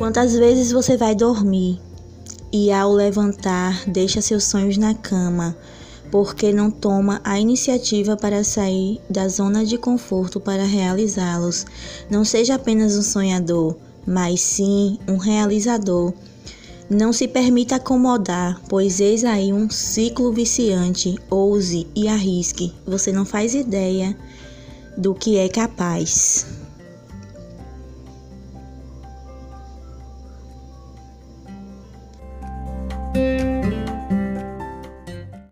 Quantas vezes você vai dormir e ao levantar deixa seus sonhos na cama, porque não toma a iniciativa para sair da zona de conforto para realizá-los? Não seja apenas um sonhador, mas sim um realizador. Não se permita acomodar, pois eis aí um ciclo viciante. Ouse e arrisque. Você não faz ideia do que é capaz.